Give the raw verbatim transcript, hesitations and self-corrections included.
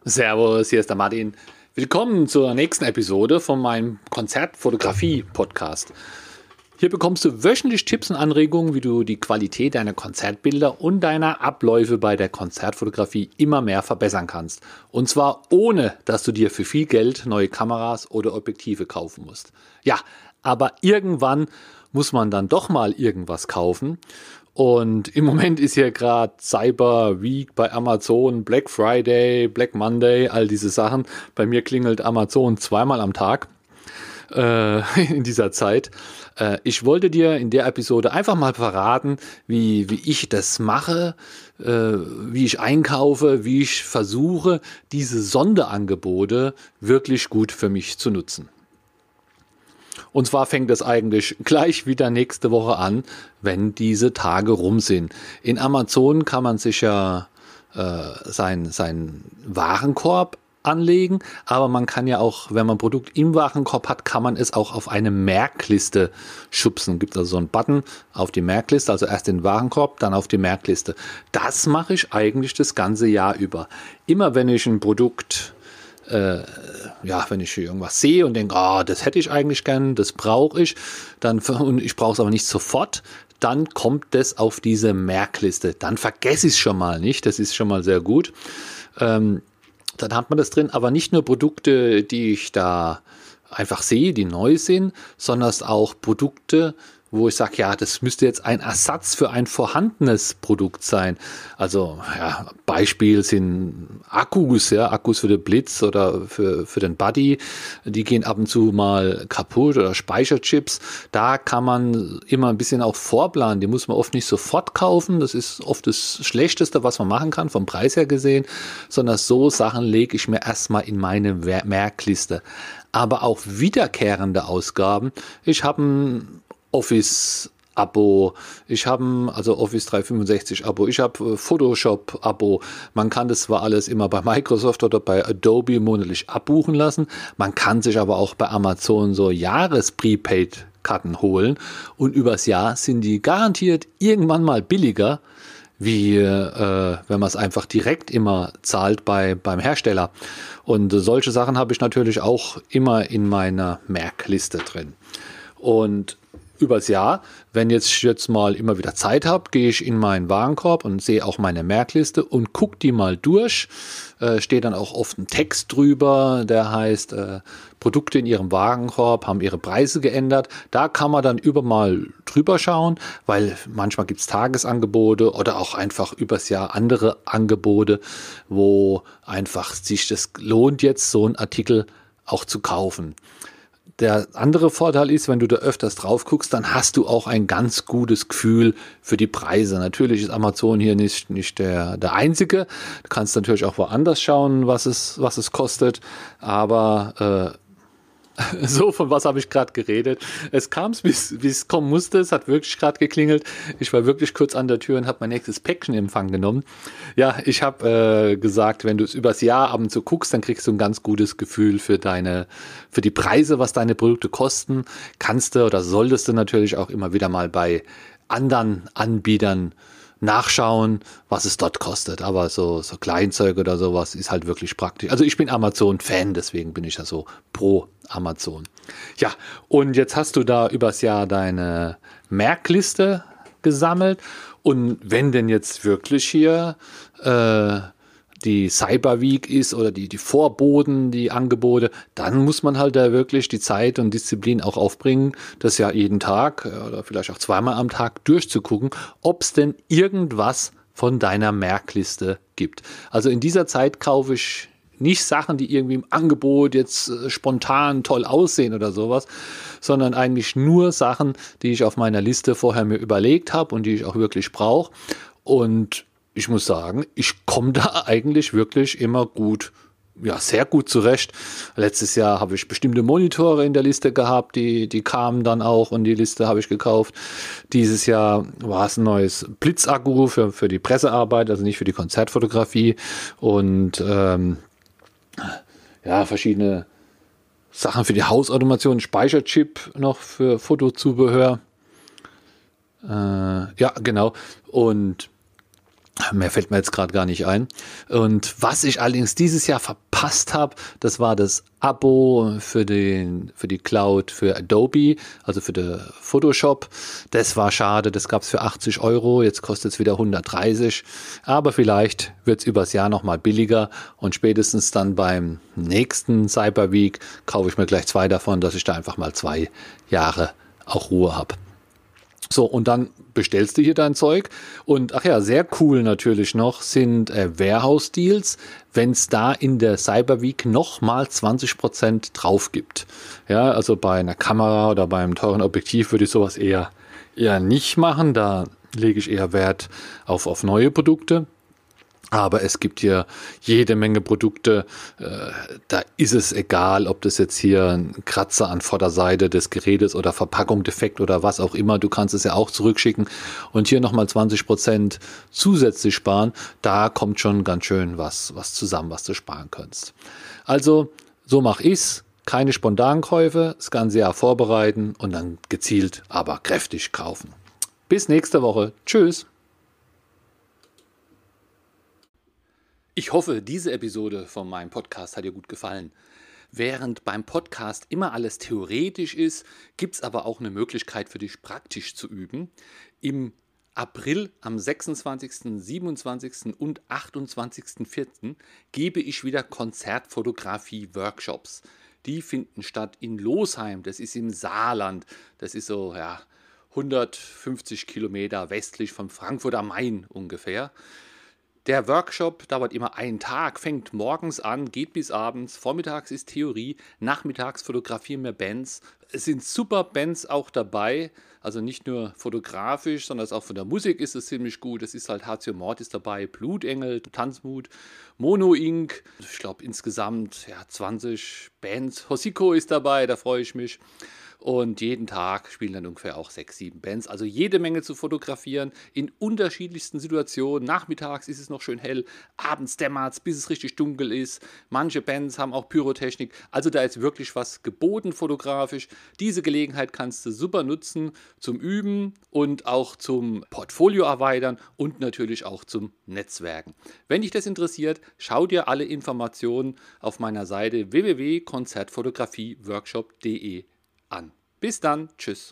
Servus, hier ist der Martin. Willkommen zur nächsten Episode von meinem Konzertfotografie-Podcast. Hier bekommst du wöchentlich Tipps und Anregungen, wie du die Qualität deiner Konzertbilder und deiner Abläufe bei der Konzertfotografie immer mehr verbessern kannst. Und zwar ohne, dass du dir für viel Geld neue Kameras oder Objektive kaufen musst. Ja, aber irgendwann muss man dann doch mal irgendwas kaufen. Und im Moment ist hier gerade Cyber Week bei Amazon, Black Friday, Black Monday, all diese Sachen. Bei mir klingelt Amazon zweimal am Tag äh, in dieser Zeit. Äh, ich wollte dir in der Episode einfach mal verraten, wie, wie ich das mache, äh, wie ich einkaufe, wie ich versuche, diese Sonderangebote wirklich gut für mich zu nutzen. Und zwar fängt es eigentlich gleich wieder nächste Woche an, wenn diese Tage rum sind. In Amazon kann man sich ja äh, sein, sein Warenkorb anlegen, aber man kann ja auch, wenn man ein Produkt im Warenkorb hat, kann man es auch auf eine Merkliste schubsen. Gibt also so einen Button auf die Merkliste, also erst den Warenkorb, dann auf die Merkliste. Das mache ich eigentlich das ganze Jahr über. Immer wenn ich ein Produkt Äh, ja, wenn ich irgendwas sehe und denke, oh, das hätte ich eigentlich gern, das brauche ich, dann, und ich brauche es aber nicht sofort, dann kommt das auf diese Merkliste. Dann vergesse ich es schon mal nicht, das ist schon mal sehr gut. Ähm, dann hat man das drin, aber nicht nur Produkte, die ich da einfach sehe, die neu sind, sondern auch Produkte, wo ich sage, ja, das müsste jetzt ein Ersatz für ein vorhandenes Produkt sein. Also, ja, Beispiel sind Akkus, ja, Akkus für den Blitz oder für, für den Buddy. Die gehen ab und zu mal kaputt oder Speicherchips. Da kann man immer ein bisschen auch vorplanen. Die muss man oft nicht sofort kaufen. Das ist oft das Schlechteste, was man machen kann, vom Preis her gesehen. Sondern so Sachen lege ich mir erstmal in meine Merkliste. Aber auch wiederkehrende Ausgaben. Ich habe ein Office-Abo, ich habe also Office dreihundertfünfundsechzig-Abo, ich habe Photoshop-Abo. Man kann das zwar alles immer bei Microsoft oder bei Adobe monatlich abbuchen lassen, man kann sich aber auch bei Amazon so Jahres-Prepaid-Karten holen und übers Jahr sind die garantiert irgendwann mal billiger, wie äh, wenn man es einfach direkt immer zahlt bei, beim Hersteller. Und äh, solche Sachen habe ich natürlich auch immer in meiner Merkliste drin. Und übers Jahr, wenn jetzt jetzt mal immer wieder Zeit habe, gehe ich in meinen Warenkorb und sehe auch meine Merkliste und gucke die mal durch. Äh, steht dann auch oft ein Text drüber, der heißt, äh, Produkte in Ihrem Warenkorb haben ihre Preise geändert. Da kann man dann über mal drüber schauen, weil manchmal gibt es Tagesangebote oder auch einfach übers Jahr andere Angebote, wo einfach sich das lohnt, jetzt so einen Artikel auch zu kaufen. Der andere Vorteil ist, wenn du da öfters drauf guckst, dann hast du auch ein ganz gutes Gefühl für die Preise. Natürlich ist Amazon hier nicht, nicht der, der einzige. Du kannst natürlich auch woanders schauen, was es, was es kostet. Aber äh, so, von was habe ich gerade geredet? Es kam, wie es kommen musste. Es hat wirklich gerade geklingelt. Ich war wirklich kurz an der Tür und habe mein nächstes Päckchen in Empfang genommen. Ja, ich habe äh, gesagt, wenn du es übers Jahr ab und zu guckst, dann kriegst du ein ganz gutes Gefühl für deine, für die Preise, was deine Produkte kosten. Kannst du oder solltest du natürlich auch immer wieder mal bei anderen Anbietern nachschauen, was es dort kostet. Aber so, so Kleinzeug oder sowas ist halt wirklich praktisch. Also ich bin Amazon-Fan, deswegen bin ich ja so pro Amazon. Ja, und jetzt hast du da übers Jahr deine Merkliste gesammelt. Und wenn denn jetzt wirklich hier äh, die Cyber Week ist oder die, die Vorboten, die Angebote, dann muss man halt da wirklich die Zeit und Disziplin auch aufbringen, das ja jeden Tag oder vielleicht auch zweimal am Tag durchzugucken, ob es denn irgendwas von deiner Merkliste gibt. Also in dieser Zeit kaufe ich nicht Sachen, die irgendwie im Angebot jetzt äh, spontan toll aussehen oder sowas, sondern eigentlich nur Sachen, die ich auf meiner Liste vorher mir überlegt habe und die ich auch wirklich brauche. Und ich muss sagen, ich komme da eigentlich wirklich immer gut, ja, sehr gut zurecht. Letztes Jahr habe ich bestimmte Monitore in der Liste gehabt, die, die kamen dann auch und die Liste habe ich gekauft. Dieses Jahr war es ein neues Blitzakku für, für die Pressearbeit, also nicht für die Konzertfotografie und ähm, ja, verschiedene Sachen für die Hausautomation, Speicherchip noch für Fotozubehör. Äh, ja, genau. Und Mehr fällt mir jetzt gerade gar nicht ein. Und was ich allerdings dieses Jahr verpasst habe, das war das Abo für, den, für die Cloud für Adobe, also für den Photoshop. Das war schade, das gab es für achtzig Euro, jetzt kostet es wieder hundertdreißig. Aber vielleicht wird es übers Jahr nochmal billiger und spätestens dann beim nächsten Cyber Week kaufe ich mir gleich zwei davon, dass ich da einfach mal zwei Jahre auch Ruhe habe. So, und dann bestellst du hier dein Zeug. Und ach ja, sehr cool natürlich noch sind äh, Warehouse-Deals, wenn es da in der Cyber Week nochmal zwanzig Prozent drauf gibt. Ja, also bei einer Kamera oder beim teuren Objektiv würde ich sowas eher, eher nicht machen. Da lege ich eher Wert auf, auf neue Produkte. Aber es gibt hier jede Menge Produkte, äh, da ist es egal, ob das jetzt hier ein Kratzer an Vorderseite des Gerätes oder Verpackung defekt oder was auch immer, du kannst es ja auch zurückschicken und hier nochmal zwanzig Prozent zusätzlich sparen, da kommt schon ganz schön was, was zusammen, was du sparen kannst. Also so mache ich's, keine Spontankäufe, das ganze Jahr vorbereiten und dann gezielt, aber kräftig kaufen. Bis nächste Woche, tschüss! Ich hoffe, diese Episode von meinem Podcast hat dir gut gefallen. Während beim Podcast immer alles theoretisch ist, gibt es aber auch eine Möglichkeit für dich praktisch zu üben. Im April am sechsundzwanzigsten, siebenundzwanzigsten und achtundzwanzigsten vierten gebe ich wieder Konzertfotografie-Workshops. Die finden statt in Losheim, das ist im Saarland. Das ist so ja, hundertfünfzig Kilometer westlich von Frankfurt am Main ungefähr. Der Workshop dauert immer einen Tag, fängt morgens an, geht bis abends. Vormittags ist Theorie, nachmittags fotografieren wir Bands. Es sind super Bands auch dabei, also nicht nur fotografisch, sondern auch von der Musik ist es ziemlich gut. Es ist halt Hatio Mortis dabei, Blutengel, Tanzmut, Mono Inc. Ich glaube insgesamt ja, zwanzig Bands. Hosiko ist dabei, da freue ich mich. Und jeden Tag spielen dann ungefähr auch sechs, sieben Bands. Also jede Menge zu fotografieren in unterschiedlichsten Situationen. Nachmittags ist es noch schön hell, abends dämmert es, bis es richtig dunkel ist. Manche Bands haben auch Pyrotechnik. Also da ist wirklich was geboten fotografisch. Diese Gelegenheit kannst du super nutzen zum Üben und auch zum Portfolio erweitern und natürlich auch zum Netzwerken. Wenn dich das interessiert, schau dir alle Informationen auf meiner Seite w w w punkt konzertfotografie workshop punkt de an. Bis dann, tschüss.